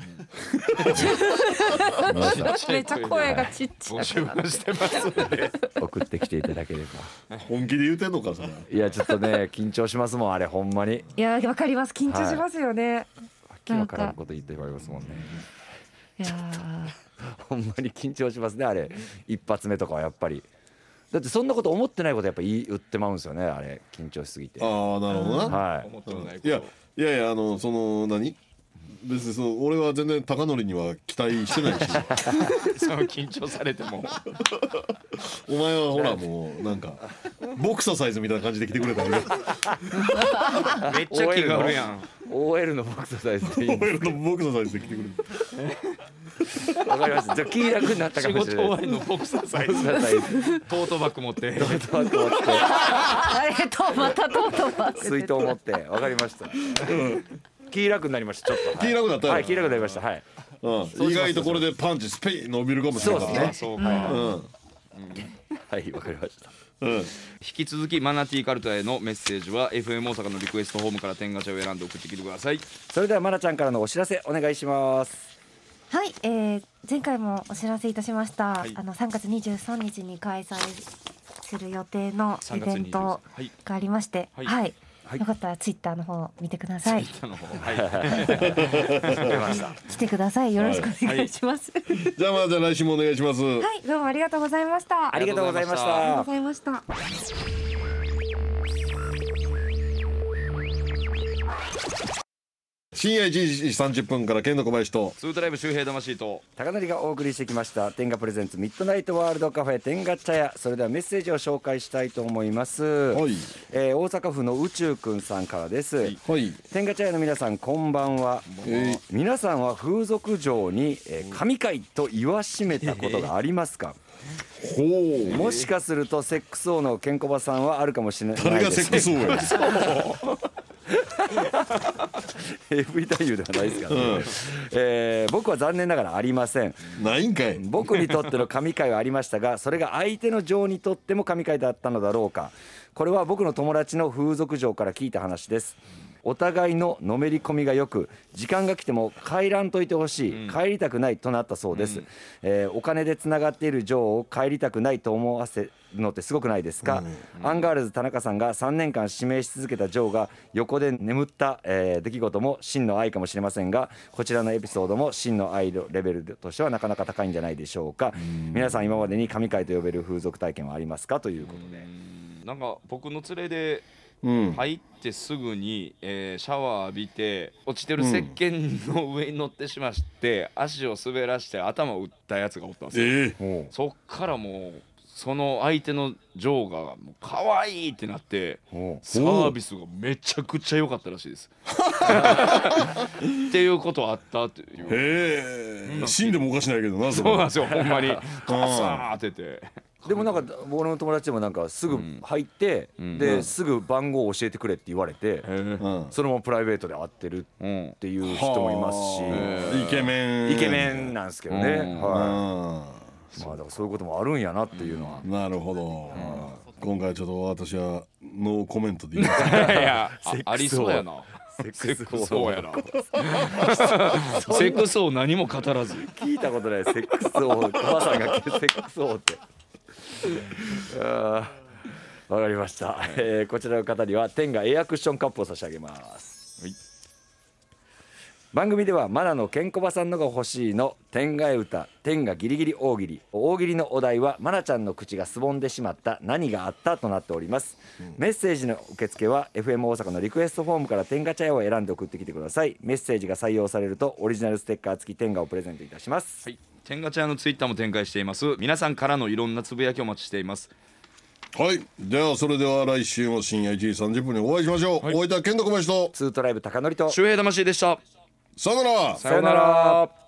めっちゃ声がちっちゃい。 募集はしてますんで。 送ってきていただければ。 本気で言うてんのかそれ。 いやちょっとね緊張しますもんあれほんまに。 いやわかります緊張しますよね。わけわからんこと言って言われますもんね。 いやほんまに緊張しますねあれ一発目とかはやっぱり。だってそんなこと思ってないことやっぱ言ってまうんですよねあれ緊張しすぎて。 ああなるほどな。 はい。 いやいやいやあのその何別にその俺は全然高則には期待してないしその緊張されてもお前はほらもうなんかボクササイズみたいな感じで来てくれたらいいめっちゃ気があるやん。 オーエル のボクササイズでいいんで俺のボクササイズで来てくれるすわかりました。じゃあ気楽になったか仕もしれない事終わりのボクサーサイズボクササイズトートバッグ持ってトートバッグ持ってあれとまたとうとうま水筒持ってわかりました、気楽になりましたちょっと、はい、 気楽になったよはい気楽になりましたはいうん、意外とこれでパンチスペイン伸びるかもしれないそうですねそうか、 うんはいわかりましたうん引き続きマナティーカルタへのメッセージは エフエム 大阪のリクエストホームから天ガチャを選んで送ってきてください。 それではまなちゃんからのお知らせお願いします。 はい、えー、前回もお知らせいたしました、 はいあのさんがつにじゅうさんにちに開催する予定のイベントはいがありましてはいはい、 はいよかったらツイッターの方見てください。 あのはい出ました来てください。よろしくお願いします。はい、 じゃあまあじゃあ来週もお願いします。 どうもありがとうございました。 ありがとうございましありがとうありがとうたございました。 深夜いちじさんじゅっぷんから剣の小林とツートライブ周平魂と高典がお送りしてきました天下プレゼンツミッドナイトワールドカフェ天下茶屋。それではメッセージを紹介したいと思います、 はいえー大阪府の宇宙くんさんからです、 はい天下茶屋の皆さんこんばんは、 えー皆さんは風俗嬢に、えー神回と言わしめたことがありますか、 ほうもしかするとセックス王のケンコバさんはあるかもしれない誰がセッですクス王やエーブイ 男優ではないですからね、 うんえー僕は残念ながらありません。 ないんかい。 僕にとっての神回はありましたが、それが相手の嬢にとっても神回だったのだろうか。これは僕の友達の風俗嬢から聞いた話です。お互いののめり込みがよく、時間が来ても帰らんといてほしい、帰りたくないとなったそうです、えーお金でつながっている嬢を帰りたくないと思わせるのってすごくないですか、アンガールズ田中さんがさんねんかん指名し続けた嬢が横で眠った、えー出来事も真の愛かもしれませんが、こちらのエピソードも真の愛のレベルとしてはなかなか高いんじゃないでしょうか。皆さん今までに神回と呼べる風俗体験はありますかということで、 なんか僕の連れでうん入ってすぐに、えーシャワー浴びて落ちてる石鹸の上に乗ってしまして、足を滑らして頭を打ったやつがおったんですよ、 ええおうそっからもうその相手の嬢がもう可愛いってなっておうサービスがめちゃくちゃ良かったらしいですっていうことあったっていう。 へえ死んでもおかしないけどなそそうなんれですよほんまにカサーっててでもなんか僕の友達でもなんかすぐ入って、 うんですぐ番号を教えてくれって言われて、 うんそのままプライベートで会ってるうんっていう人もいますし、 はあイケメンイケメンなんですけどね、 うんはい、 あまあだからそういうこともあるんやなっていうのは、 ーなるほど今回ちょっと私はノーコメントでいいですかいやあセックス王ありそうやなセッセックス王やなセックス王何も語らず聞いたことないセックス王おばさんがセックス王ってあーわかりました、えーこちらの方には天がエアクッションカップを差し上げます、 はい番組ではマナのケンコバさんのが欲しいの天が歌天がギリギリ大喜利大喜利のお題はマナちゃんの口がすぼんでしまった何があったとなっております、うん、メッセージの受付は エフエム 大阪のリクエストフォームから天が茶屋を選んで送ってきてください。メッセージが採用されるとオリジナルステッカー付き天がをプレゼントいたします、 はい、天ガチャのツイッターも展開しています。皆さんからのいろんなつぶやきをお待ちしています。 はいではそれでは来週も深夜いちじさんじゅっぷんにお会いしましょう、 はいお相手は剣道小林とツートライブ高典と周平魂でした。 さよならさよなら。